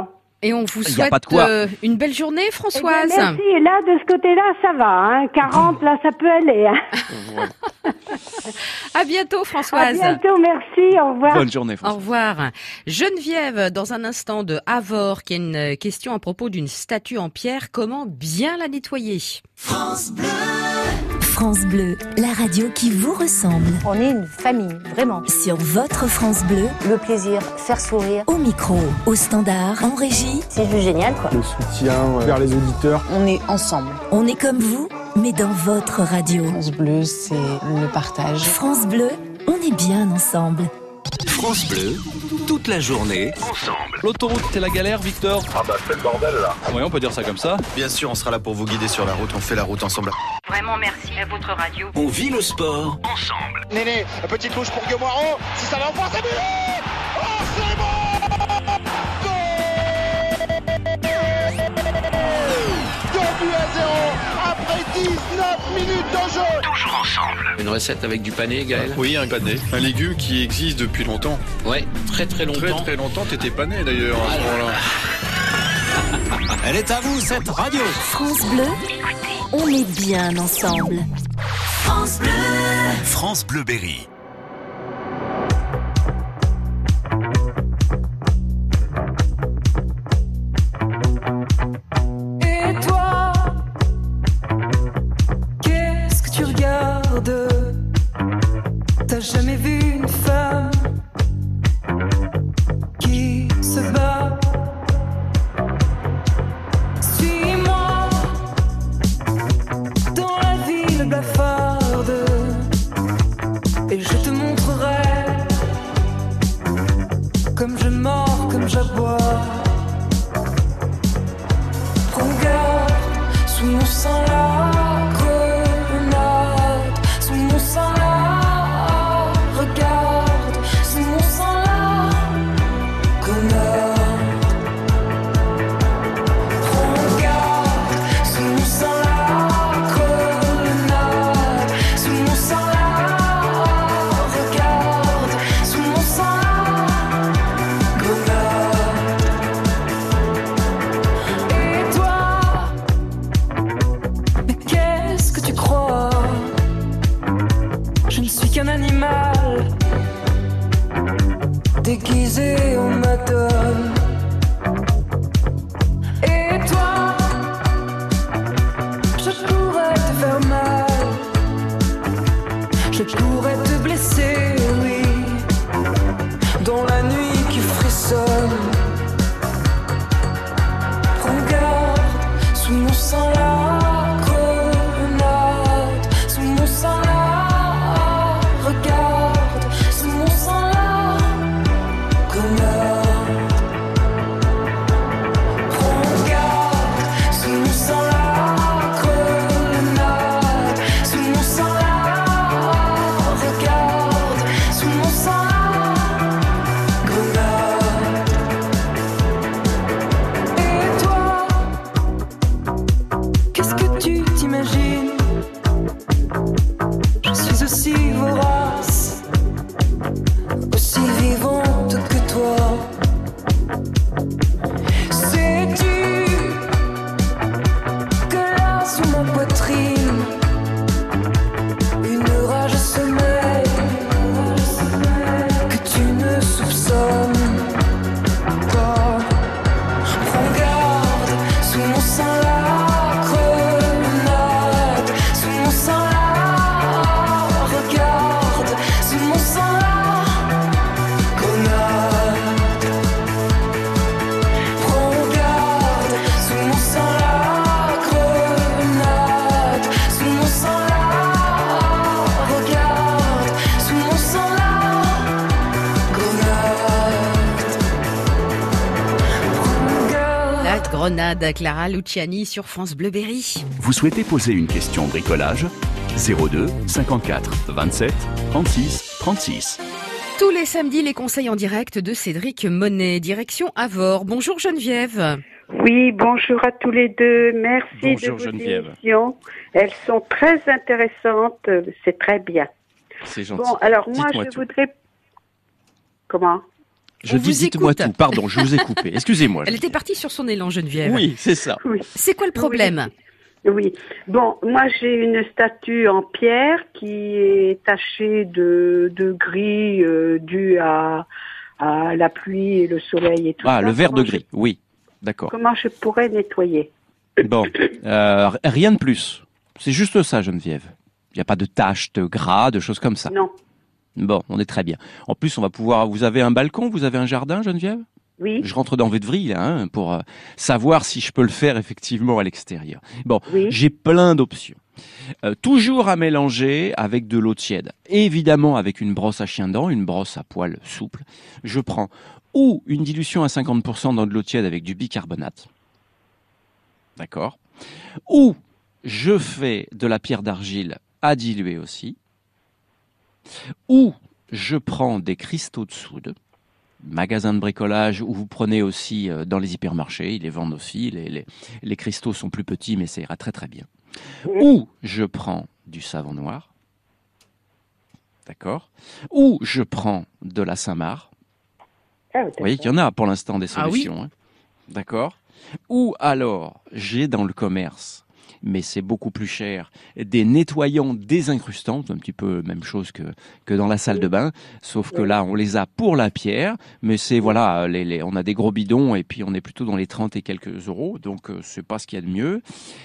S2: Et on vous
S3: Y a
S2: souhaite
S3: pas de quoi.
S2: euh, une belle journée, Françoise.
S10: Eh bien, merci. Et là, de ce côté-là, ça va. Hein. quarante, là, ça peut aller. Hein.
S2: À bientôt, Françoise.
S10: À bientôt, merci. Au revoir.
S3: Bonne journée,
S2: Au
S3: François.
S2: revoir. Geneviève, dans un instant de Havre, qui a une question à propos d'une statue en pierre. Comment bien la nettoyer?
S11: France Bleu. France Bleu, la radio qui vous ressemble.
S12: On est une famille, vraiment.
S11: Sur votre France Bleu,
S12: Le plaisir, faire sourire.
S11: au micro, au standard, en régie.
S12: C'est juste génial, quoi.
S13: Le soutien vers les auditeurs.
S12: On est ensemble.
S11: On est comme vous, mais dans votre radio.
S12: France Bleu, c'est le partage.
S11: France Bleu, on est bien ensemble.
S14: France Bleu, toute la journée, ensemble.
S15: L'autoroute, c'est la galère, Victor?
S16: Ah bah c'est le bordel là.
S15: Oui, on peut dire ça comme ça.
S17: Bien sûr, on sera là pour vous guider sur la route, on fait la route ensemble.
S18: Vraiment merci à votre radio.
S14: On vit le sport ensemble.
S19: Néné, petite touche pour Guemoiro, si ça va en face, c'est but. Oh, c'est bon. deux buts à zéro après dix-neuf minutes de jeu.
S14: Toujours ensemble.
S15: Une recette avec du pané, Gaël?
S17: Oui, un pané. Un légume qui existe depuis longtemps.
S15: Ouais, très très longtemps.
S17: Très très longtemps, t'étais pané d'ailleurs à ce moment-là.
S14: Elle est à vous, cette radio.
S11: France Bleu, on est bien ensemble.
S14: France Bleu. France Bleu Berry.
S20: T'as jamais vu une femme qui se bat? Suis-moi dans la ville blafarde et je te montrerai comme je mords, comme j'aboie. Prends garde sous mon sang là. Déguisé en madone. Et toi, je pourrais te faire mal, je pourrais te blesser, oui, dans la nuit qui frissonne. Prends garde, sous mon sang la grenade, sous mon sang la regarde, sous mon sang la
S2: Grenade, Clara Luciani sur France Bleu Berry.
S1: Vous souhaitez poser une question bricolage? zéro deux cinquante-quatre vingt-sept trente-six trente-six.
S2: Tous les samedis, les conseils en direct de Cédric Monet, direction Havre. Bonjour Geneviève.
S21: Oui, bonjour à tous les deux. Merci
S3: bonjour,
S21: de vos
S3: Geneviève.
S21: émissions. Elles sont très intéressantes. C'est très bien.
S3: C'est gentil.
S21: Bon, alors moi,
S3: Dites-moi
S21: je
S3: tout.
S21: voudrais... Comment?
S3: Je
S2: On
S3: dis
S2: vous
S3: dites-moi
S2: écoute.
S3: tout. Pardon, je vous ai coupé. Excusez-moi.
S2: Elle était partie sur son élan, Geneviève.
S3: Oui, c'est ça.
S21: Oui.
S2: C'est quoi le problème?
S21: Oui. Bon, moi j'ai une statue en pierre qui est tachée de, de gris euh, dû à, à la pluie et le soleil et tout
S3: Ah,
S21: ça.
S3: le vert de
S21: Comment
S3: gris. Oui, d'accord.
S21: je- Comment je pourrais nettoyer?
S3: Bon, euh, rien de plus. C'est juste ça, Geneviève. Il n'y a pas de taches, de gras, de choses comme ça.
S21: Non.
S3: Bon, on est très bien. En plus, on va pouvoir. Vous avez un balcon, vous avez un jardin, Geneviève?
S21: Oui.
S3: Je rentre dans votre vrille, là, hein, pour euh, savoir si je peux le faire effectivement à l'extérieur. Bon,
S21: Oui.
S3: j'ai plein d'options. Euh, toujours à mélanger avec de l'eau tiède. Évidemment, avec une brosse à chien dent, une brosse à poils souple. Je prends ou une dilution à cinquante pour cent dans de l'eau tiède avec du bicarbonate. D'accord. Ou je fais de la pierre d'argile à diluer aussi. Ou je prends des cristaux de soude. Magasin de bricolage où vous prenez aussi euh, dans les hypermarchés, ils les vendent aussi, les, les, les cristaux sont plus petits mais ça ira très très bien. Ou je prends du savon noir, d'accord, ou je prends de la Saint-Marc,
S21: Ah,
S3: vous voyez qu'il y en a pour l'instant des
S2: Ah oui.
S3: solutions, hein. D'accord, ou alors j'ai dans le commerce, mais c'est beaucoup plus cher, des nettoyants désincrustants, un petit peu même chose que, que dans la salle de bain, sauf que là, on les a pour la pierre, mais c'est, voilà, les, les, on a des gros bidons et puis on est plutôt dans les trente et quelques euros, donc euh, c'est pas ce qu'il y a de mieux.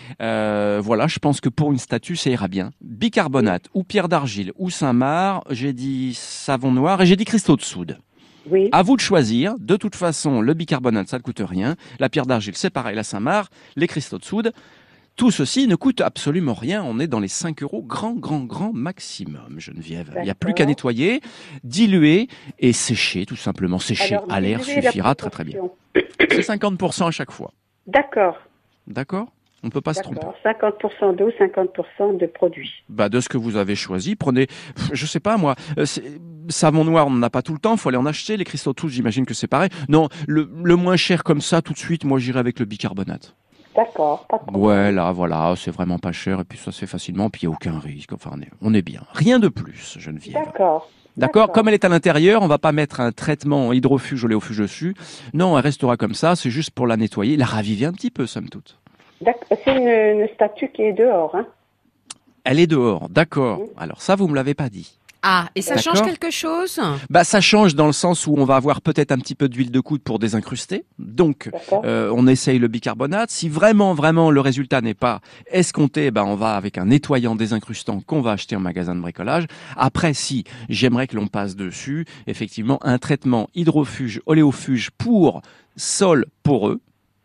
S3: Euh, voilà, je pense que pour une statue, ça ira bien. Bicarbonate, ou pierre d'argile, ou Saint-Marc, j'ai dit savon noir et j'ai dit cristaux de soude.
S21: Oui.
S3: À vous de choisir. De toute façon, le bicarbonate, ça ne coûte rien. La pierre d'argile, c'est pareil, la Saint-Marc, les cristaux de soude. Tout ceci ne coûte absolument rien. On est dans les cinq euros grand, grand, grand maximum, Geneviève. Il n'y a plus qu'à nettoyer, diluer et sécher, tout simplement. Sécher
S21: Alors,
S3: à l'air
S21: diluer la
S3: suffira très, très bien.
S21: proportion.
S3: C'est cinquante pour cent à chaque fois.
S21: D'accord.
S3: D'accord? On ne peut pas se tromper.
S21: D'accord. cinquante pour cent d'eau, cinquante pour cent de produits.
S3: Bah, de ce que vous avez choisi, prenez, je sais pas moi, euh, c'est- savon noir, on n'en a pas tout le temps, faut aller en acheter. Les cristaux de soude, j'imagine que c'est pareil. Non, le, le moins cher comme ça, tout de suite, moi j'irai avec le bicarbonate.
S21: D'accord. Pas de problème.
S3: Ouais, là, voilà, c'est vraiment pas cher et puis ça se fait facilement, puis il n'y a aucun risque. Enfin, on est, on est bien. Rien de plus, Geneviève.
S21: D'accord.
S3: D'accord. Comme elle est à l'intérieur, on va pas mettre un traitement hydrofuge oléofuge dessus. Non, elle restera comme ça. C'est juste pour la nettoyer, la raviver un petit peu, somme toute.
S21: D'accord. C'est une, une statue qui est dehors, hein.
S3: Elle est dehors, d'accord. Alors ça, vous me l'avez pas dit.
S2: Ah, et ça change
S3: D'accord.
S2: quelque chose?
S3: Bah, ça change dans le sens où on va avoir peut-être un petit peu d'huile de coude pour désincruster. Donc, euh, on essaye le bicarbonate. Si vraiment, vraiment, le résultat n'est pas escompté, bah, on va avec un nettoyant désincrustant qu'on va acheter en magasin de bricolage. Après, si j'aimerais que l'on passe dessus, effectivement, un traitement hydrofuge, oléofuge pour sol poreux.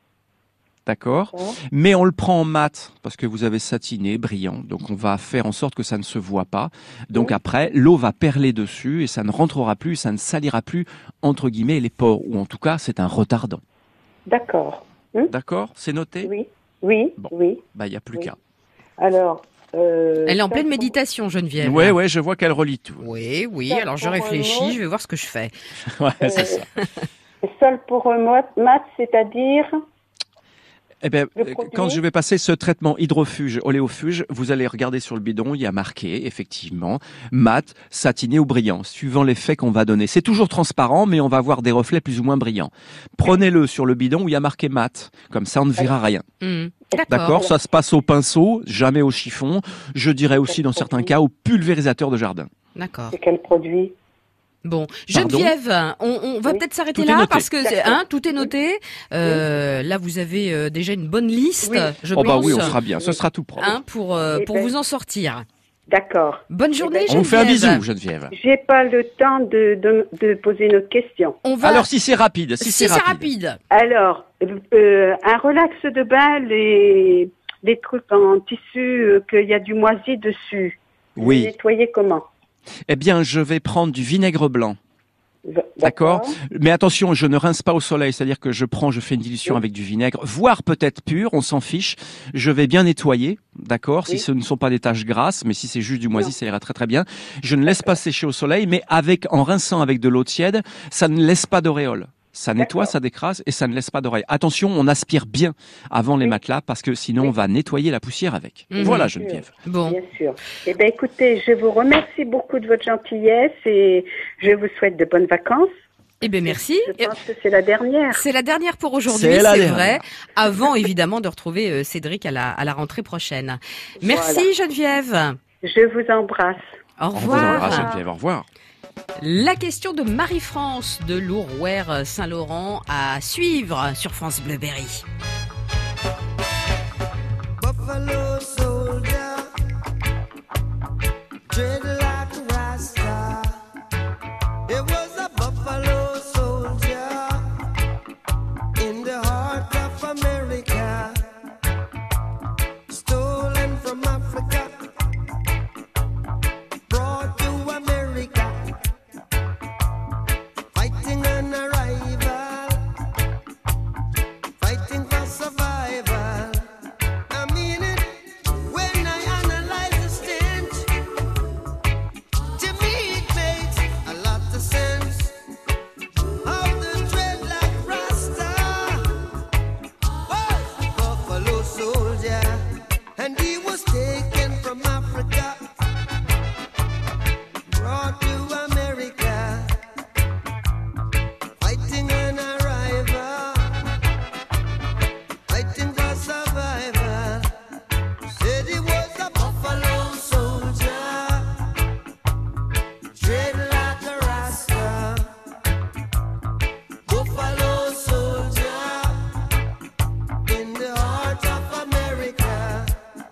S3: D'accord. Mais on le prend en mat parce que vous avez satiné, brillant. Donc on va faire en sorte que ça ne se voit pas. Donc après, l'eau va perler dessus et ça ne rentrera plus, ça ne salira plus, entre guillemets, les pores. Ou en tout cas, c'est un retardant.
S21: D'accord.
S3: D'accord? C'est noté?
S21: Oui. Oui.
S3: Bon.
S21: Oui.
S3: Bah, il n'y a plus
S21: Oui.
S3: qu'à.
S21: Alors. Euh,
S2: Elle est en
S21: ça,
S2: pleine
S21: pour-
S2: méditation, Geneviève.
S3: Ouais, ouais, je vois qu'elle relit tout.
S2: Oui, oui,
S21: Ça,
S2: alors je
S21: pour un
S2: réfléchis,
S21: mot.
S2: je vais voir ce que je fais.
S3: Ouais, c'est ça.
S21: Sol pour euh, mat, mat, c'est-à-dire.
S3: Eh ben,
S21: Le
S3: euh,
S21: produit
S3: quand je vais passer ce traitement hydrofuge, oléofuge, vous allez regarder sur le bidon, il y a marqué, effectivement, mat, satiné ou brillant, suivant l'effet qu'on va donner. C'est toujours transparent, mais on va avoir des reflets plus ou moins brillants. Prenez-le sur le bidon où il y a marqué mat. Comme ça, on ne verra rien.
S2: Mmh.
S3: D'accord, ça se passe au pinceau, jamais au chiffon. Je dirais aussi, dans certains cas, au pulvérisateur de jardin.
S2: D'accord.
S21: C'est quel produit?
S2: Bon,
S3: Pardon
S2: Geneviève, on, on va peut-être s'arrêter
S3: Tout est
S2: là
S3: noté.
S2: parce que c'est-
S21: D'accord.
S2: hein, tout est noté. Euh, Là, vous avez euh, déjà une bonne liste,
S21: Oui.
S2: je
S3: Oh
S2: pense.
S3: bah oui, on sera bien, ce sera tout propre.
S2: Hein, pour euh,
S21: Eh
S2: pour
S21: ben-
S2: vous en sortir.
S21: D'accord.
S2: Bonne journée,
S21: ben,
S3: On vous fait un
S2: Geneviève.
S3: bisou, Geneviève.
S21: J'ai pas le temps de, de, de poser une autre question.
S2: On va.
S3: Alors si c'est rapide, si,
S2: si
S3: c'est
S2: c'est
S3: rapide.
S2: rapide.
S21: Alors, euh, un relax de bain, les, les trucs en tissu, euh, qu'il y a du moisi dessus.
S3: Oui.
S21: Les nettoyer comment?
S3: Eh bien, je vais prendre du vinaigre blanc. D'accord. Mais attention, je ne rince pas au soleil, c'est-à-dire que je prends, je fais une dilution avec du vinaigre, voire peut-être pur, on s'en fiche. Je vais bien nettoyer, d'accord, si
S21: Oui.
S3: ce ne sont pas des taches grasses, mais si c'est juste du moisi, ça ira très très bien. Je ne laisse pas sécher au soleil, mais avec, en rinçant avec de l'eau tiède, ça ne laisse pas d'auréole. Ça nettoie, ça décrase et ça ne laisse pas d'oreille. Attention, on aspire bien avant les matelas parce que sinon on va nettoyer la poussière avec.
S2: Mhm.
S3: Voilà,
S21: Bien sûr.
S3: Geneviève.
S2: Bon.
S21: Bien sûr. Eh bien, écoutez, je vous remercie beaucoup de votre gentillesse et je vous souhaite de bonnes vacances.
S2: Eh bien, merci.
S21: Je pense que c'est la dernière.
S2: C'est la dernière pour aujourd'hui,
S3: C'est
S2: c'est,
S3: la
S2: c'est
S3: dernière.
S2: vrai. Avant, évidemment, de retrouver euh, Cédric à la, à la rentrée prochaine. Merci
S21: Voilà.
S2: Geneviève.
S21: Je vous embrasse.
S2: Au
S3: On vous
S2: revoir.
S3: embrasse, Geneviève. Au revoir.
S2: La question de Marie-France de Lourrouer Saint-Laurent à suivre sur France Bleu Berry.
S4: Buffalo soldier, dread like a Rasta. It was a buffalo soldier in the heart of America, stolen from Africa, brought to America, fighting an arrival, fighting for survival. I mean it when I analyze the stench. To me it makes a lot of sense. How the dreadlock Rasta was a buffalo soldier, and he was taken from Africa, brought to America, fighting an arrival, fighting for survival. Said he was a buffalo soldier, dread like a Rasta. Buffalo soldier in the heart of America.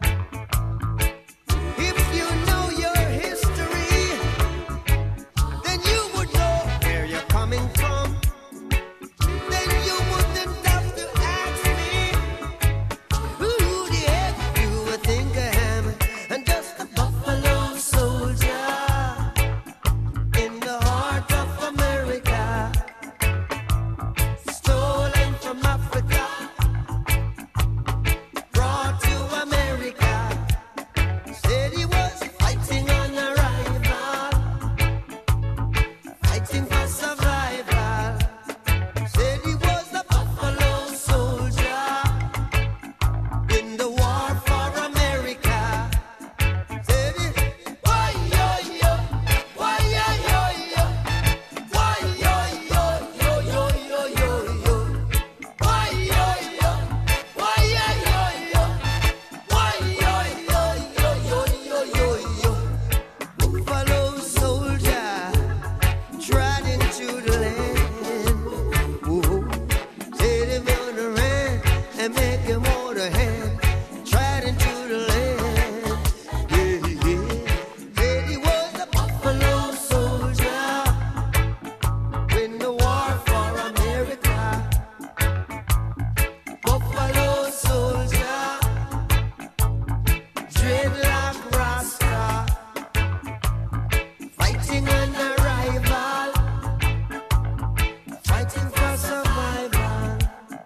S4: If you know your history, then you would know where you're coming from. Then you wouldn't have to ask me who the heck you would think I am. And just a buffalo soldier in the heart of America, stolen from Africa, brought to America. Said he was fighting on arrival, fighting for survival. Said he was a buffalo soldier in the war for America. Said he, why yo yo, why yo yo yo, why yo yo yo yo yo yo yo, why yo yo, why yo yo yo, why yo yo yo yo yo yo yo. Buffalo soldier trod into the land. Whoa. Said him on the ran and make him hold a hand. Trod into the land. Yeah, yeah. Said he was a buffalo soldier in the war for America. Buffalo soldier, dreadlock Rasta, fighting an arrival, fighting for survival,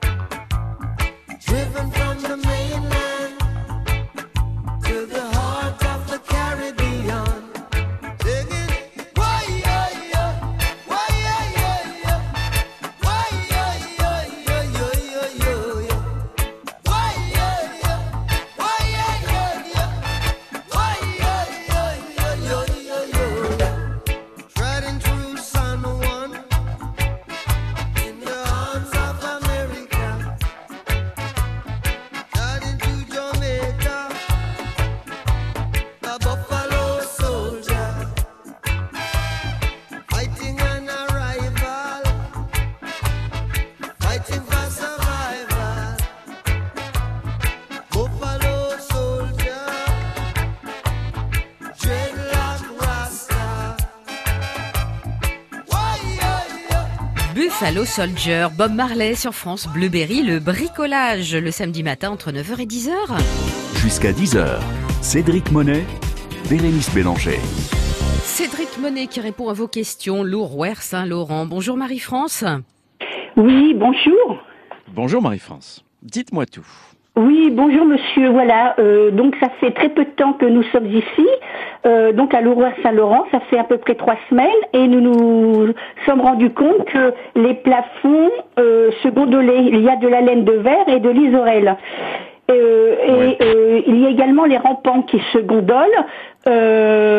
S4: driven from the mainland to the heart of the Caribbean, singing, why yo yo, why yo yo yo, why yo yo yo yo yo yo yo, why yo yo, why yo yo yo, why yo yo yo yo yo yo. Treading through San Juan in the arms of America, treading to Jamaica, a buffalo soldier, fighting an arrival, fighting for survival. Buffalo soldier, dreadlock Rasta. Why yo yo?
S2: Buffalo Soldier, Bob Marley sur France Bleu Berry, le bricolage le samedi matin entre neuf heures et dix heures.
S1: Jusqu'à dix heures, Cédric Monet, Bérénice Bélanger.
S2: Cédric Monet qui répond à vos questions, Lourrouer Saint-Laurent. Bonjour Marie-France.
S10: Oui, bonjour.
S3: Bonjour Marie-France. Dites-moi tout.
S10: Oui, bonjour monsieur. Voilà, euh, donc ça fait très peu de temps que nous sommes ici, euh, donc à Lourrouer-Saint-Laurent, ça fait à peu près trois semaines, et nous nous sommes rendus compte que les plafonds euh, se gondolaient. Il y a de la laine de verre et de l'isorel. Euh, et
S3: Ouais.
S10: euh, il y a également les rampants qui se gondolent. Euh, on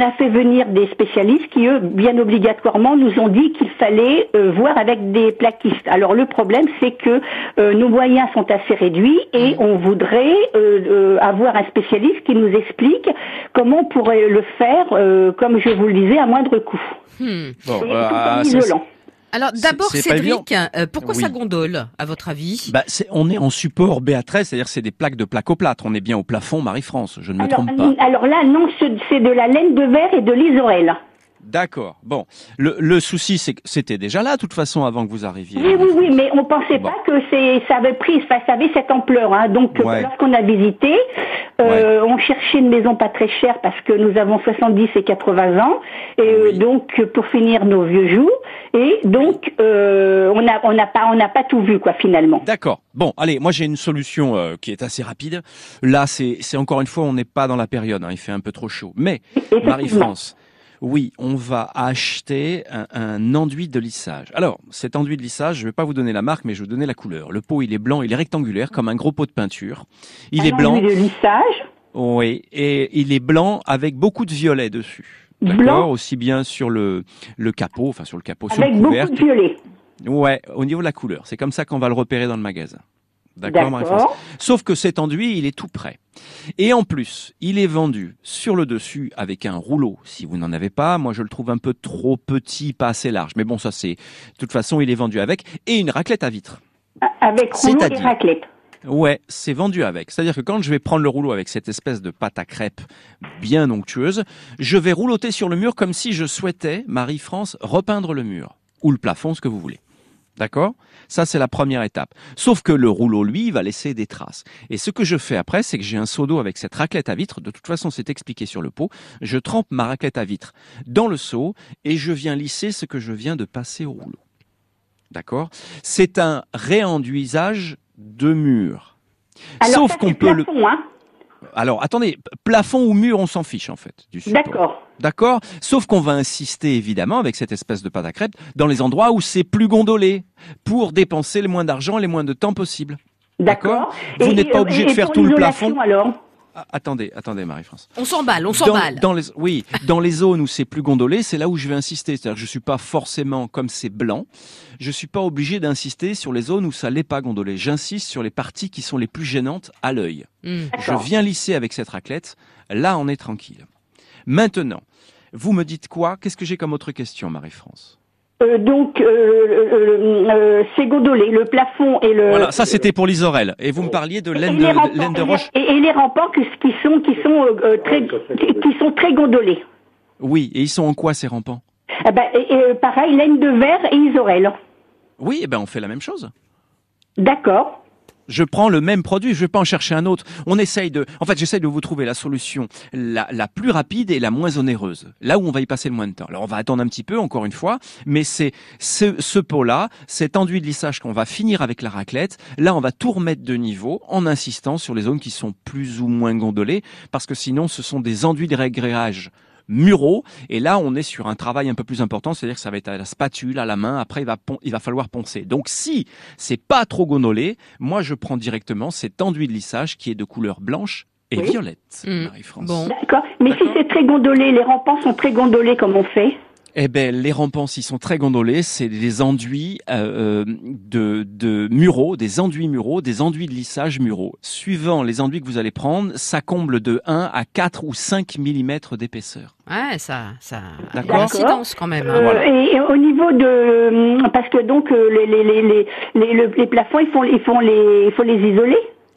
S16: a fait venir des spécialistes qui, eux, bien obligatoirement, nous ont dit qu'il fallait euh, voir avec des plaquistes. Alors le problème, c'est que euh, nos moyens sont assez réduits et on voudrait euh, euh, avoir un spécialiste qui nous explique comment on pourrait le faire, euh, comme je vous le disais, à moindre coût.
S2: Hmm.
S16: Bon, et tout en isolant.
S2: Alors d'abord,
S3: C'est- c'est pas
S2: Cédric, euh, pourquoi
S3: Oui.
S2: ça gondole, à votre avis?
S3: Bah, c'est- on est en support B A treize, c'est-à-dire c'est des plaques de placoplâtre. On est bien au plafond Marie-France, je ne me
S16: Alors,
S3: trompe pas.
S16: alors là, non, ce- c'est de la laine de verre et de l'isorel.
S3: D'accord. Bon, le, le souci, c'est que c'était déjà là, de toute façon, avant que vous arriviez.
S16: Oui, oui, oui, mais on pensait
S3: Bon.
S16: pas que c'est, ça avait pris, enfin, ça avait cette ampleur. Hein. Donc, euh,
S3: Ouais.
S16: lorsqu'on a visité, euh, on cherchait une maison pas très chère parce que nous avons soixante-dix et quatre-vingts ans, et euh, donc euh, pour finir nos vieux jours, et donc euh, on a, on n'a pas, on n'a pas tout vu, quoi, finalement.
S3: D'accord. Bon, allez, moi j'ai une solution euh, qui est assez rapide. Là, c'est, c'est encore une fois, on n'est pas dans la période, hein, il fait un peu trop chaud. Mais, Marie-France, oui, on va acheter un, un enduit de lissage. Alors, cet enduit de lissage, je ne vais pas vous donner la marque, mais je vais vous donner la couleur. Le pot, il est blanc, il est rectangulaire, comme un gros pot de peinture. Il
S16: Un
S3: est blanc.
S16: enduit de lissage.
S3: Oui, et il est blanc avec beaucoup de violet dessus.
S16: Blanc.
S3: D'accord, aussi bien sur le, le capot, enfin sur le capot, sur
S16: Avec
S3: le
S16: beaucoup
S3: couvercle.
S16: de violet.
S3: Ouais, au niveau de la couleur. C'est comme ça qu'on va le repérer dans le magasin. D'accord,
S16: D'accord.
S3: Marie-France. Sauf que cet enduit, il est tout prêt. Et en plus, il est vendu sur le dessus avec un rouleau. Si vous n'en avez pas, moi je le trouve un peu trop petit, pas assez large. Mais bon, ça c'est... De toute façon, il est vendu avec. Et une raclette à vitre.
S16: Avec rouleau et
S3: C'est-à-dire-
S16: raclette.
S3: Ouais, c'est vendu avec. C'est-à-dire que quand je vais prendre le rouleau avec cette espèce de pâte à crêpes bien onctueuse, je vais rouloter sur le mur comme si je souhaitais, Marie-France, repeindre le mur. Ou le plafond, ce que vous voulez. D'accord? Ça, c'est la première étape. Sauf que le rouleau, lui, il va laisser des traces. Et ce que je fais après, c'est que j'ai un seau d'eau avec cette raclette à vitre. De toute façon, c'est expliqué sur le pot. Je trempe ma raclette à vitre dans le seau et je viens lisser ce que je viens de passer au rouleau. D'accord? C'est un réenduisage de mur.
S16: Alors,
S3: Sauf
S16: ça,
S3: qu'on
S16: c'est
S3: peut le...
S16: plafond, hein.
S3: Alors, attendez, p- plafond ou mur, on s'en fiche en fait. Du support.
S16: D'accord.
S3: D'accord. Sauf qu'on va insister évidemment avec cette espèce de pâte à crêpes dans les endroits où c'est plus gondolé pour dépenser le moins d'argent et le moins de temps possible.
S16: D'accord.
S3: Vous
S16: Et-
S3: n'êtes pas
S16: et-
S3: obligé
S16: et
S3: de faire
S16: pour
S3: tout le
S16: l'isolation,
S3: plafond.
S16: alors
S3: Ah, attendez, attendez, Marie-France.
S2: On s'emballe, on
S3: Dans,
S2: s'emballe.
S3: dans les, oui, dans les zones où c'est plus gondolé, c'est là où je vais insister. C'est-à-dire que je suis pas forcément, comme c'est blanc, je suis pas obligé d'insister sur les zones où ça l'est pas gondolé. J'insiste sur les parties qui sont les plus gênantes à l'œil.
S2: Hmm.
S3: Je viens lisser avec cette raclette. Là, on est tranquille. Maintenant, vous me dites quoi? Qu'est-ce que j'ai comme autre question, Marie-France?
S16: Euh, donc, euh, euh, euh, c'est gondolé, le plafond et le...
S3: Voilà, ça c'était pour l'isorel. Et vous me parliez de laine
S16: et les
S3: de,
S16: remparts-
S3: laine de roche.
S16: Et, et les remparts qui, qui sont qui sont euh, très qui sont très gondolés.
S3: Oui, et ils sont en quoi ces rampants?
S16: Eh ben, et, et, pareil, laine de verre et isorel.
S3: Oui, et ben on fait la même chose.
S16: D'accord.
S3: Je prends le même produit, je vais pas en chercher un autre. On essaye de, en fait, j'essaye de vous trouver la solution la, la plus rapide et la moins onéreuse. Là où on va y passer le moins de temps. Alors on va attendre un petit peu, encore une fois, mais c'est ce, ce pot-là, cet enduit de lissage qu'on va finir avec la raclette. Là, on va tout remettre de niveau en insistant sur les zones qui sont plus ou moins gondolées, parce que sinon, ce sont des enduits de régrégage muraux, et là on est sur un travail un peu plus important, c'est-à-dire que ça va être à la spatule, à la main, après il va, pon- il va falloir poncer. Donc si c'est pas trop gondolé, moi je prends directement cet enduit de lissage qui est de couleur blanche et
S16: Oui.
S3: violette,
S2: Hmm.
S3: Marie-France.
S2: Bon.
S16: D'accord. Mais si c'est très gondolé, les remparts sont très gondolés, comme on fait.
S3: Eh ben, les rampants, s'ils sont très gondolés, c'est des enduits euh, de, de muraux, des enduits muraux, des enduits de lissage muraux. Suivant les enduits que vous allez prendre, ça comble de un à quatre ou cinq millimètres d'épaisseur.
S2: Ouais, ça, ça a
S3: D'accord.
S2: une incidence quand même. hein.
S16: Euh,
S3: Voilà.
S16: et, et au niveau de, parce que donc euh, les les les les les, le- les plafonds, ils font ils font les il faut les isoler.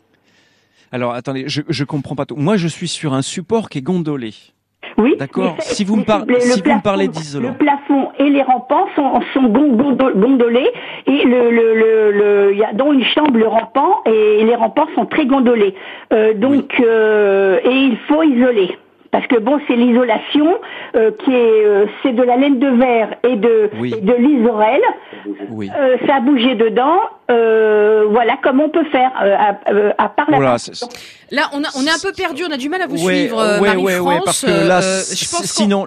S3: Alors, attendez, je, je comprends pas tout. Moi, je suis sur un support qui est gondolé.
S16: Oui.
S3: D'accord.
S16: mais c'est-
S3: Si vous me,
S16: mais
S3: par-
S16: le- le
S3: si vous me
S16: plafond-
S3: parlez d'isolant.
S16: Le plafond et les rampants sont, sont gon- gondo- gondolés et le, le, le, le- il y a dans une chambre le rampant et les remparts sont très gondolés. Euh, donc, euh, et il faut isoler. Parce que bon, c'est l'isolation euh, qui est, euh, c'est de la laine de verre et de,
S3: Oui.
S16: et de l'isorel.
S3: Oui.
S16: Euh, ça a bougé dedans. Euh, voilà comment on peut faire euh, à, euh, à part la.
S3: Voilà, c'est-
S2: Là, on, a, on est un peu perdu, on a du mal à vous
S3: Ouais,
S2: suivre, euh,
S3: ouais, ouais,
S2: Marie-France.
S3: ouais, parce que là,
S2: Euh,
S3: c-
S2: je pense qu'on-
S3: sinon,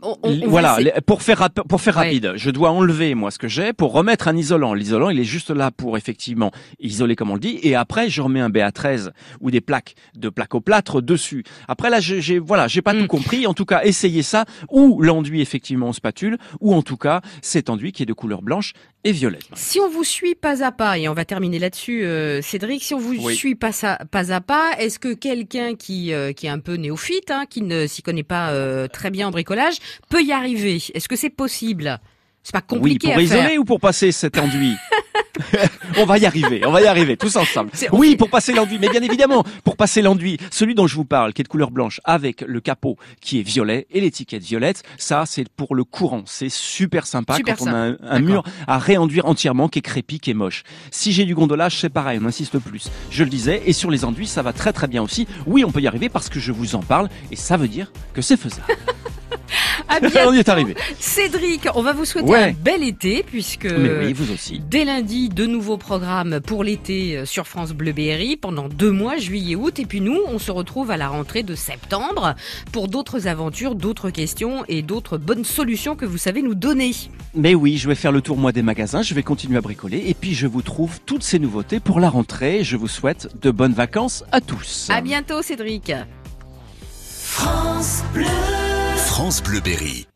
S2: on, on
S3: voilà,
S2: essayer...
S3: pour faire rap- pour faire
S2: ouais.
S3: rapide, je dois enlever moi ce que j'ai pour remettre un isolant. L'isolant, il est juste là pour effectivement isoler comme on le dit, et après je remets un B A treize ou des plaques de plaque-au-plâtre dessus. Après là, j'ai, j'ai voilà, j'ai pas mm. tout compris. En tout cas, essayez ça, ou l'enduit effectivement en spatule, ou en tout cas cet enduit qui est de couleur blanche et violette.
S2: Si on vous suit pas à pas, et on va terminer là-dessus, euh, Cédric, si on vous
S3: oui.
S2: suit pas à, pas à pas, est-ce que quelqu'un qui euh, qui est un peu néophyte, hein, qui ne s'y connaît pas euh, très bien en bricolage, peut y arriver? Est-ce que c'est possible? C'est pas compliqué
S3: oui, pour
S2: à
S3: isoler
S2: faire.
S3: Ou pour passer cet enduit? On va y arriver, on va y arriver tous ensemble.
S2: C'est...
S3: Oui, pour passer l'enduit, mais bien évidemment, pour passer l'enduit, celui dont je vous parle, qui est de couleur blanche, avec le capot qui est violet et l'étiquette violette, ça c'est pour le courant. C'est super sympa
S2: super
S3: quand
S2: simple.
S3: on a un, un mur à réenduire entièrement, qui est crépi, qui est moche. Si j'ai du gondolage, c'est pareil, on insiste plus. Je le disais, et sur les enduits, ça va très très bien aussi. Oui, on peut y arriver parce que je vous en parle, et ça veut dire que c'est faisable.
S2: À bientôt.
S3: On y est arrivé.
S2: Cédric, on va vous souhaiter
S3: ouais.
S2: un bel été, puisque
S3: Mais oui, vous aussi.
S2: Dès lundi, de nouveaux programmes pour l'été sur France Bleu Berry pendant deux mois, juillet, août. Et puis nous, on se retrouve à la rentrée de septembre pour d'autres aventures, d'autres questions et d'autres bonnes solutions que vous savez nous donner.
S3: Mais oui, je vais faire le tour moi des magasins, je vais continuer à bricoler et puis je vous trouve toutes ces nouveautés pour la rentrée. Je vous souhaite de bonnes vacances à tous.
S2: À bientôt, Cédric.
S11: France Bleu.
S14: France Bleu Berry.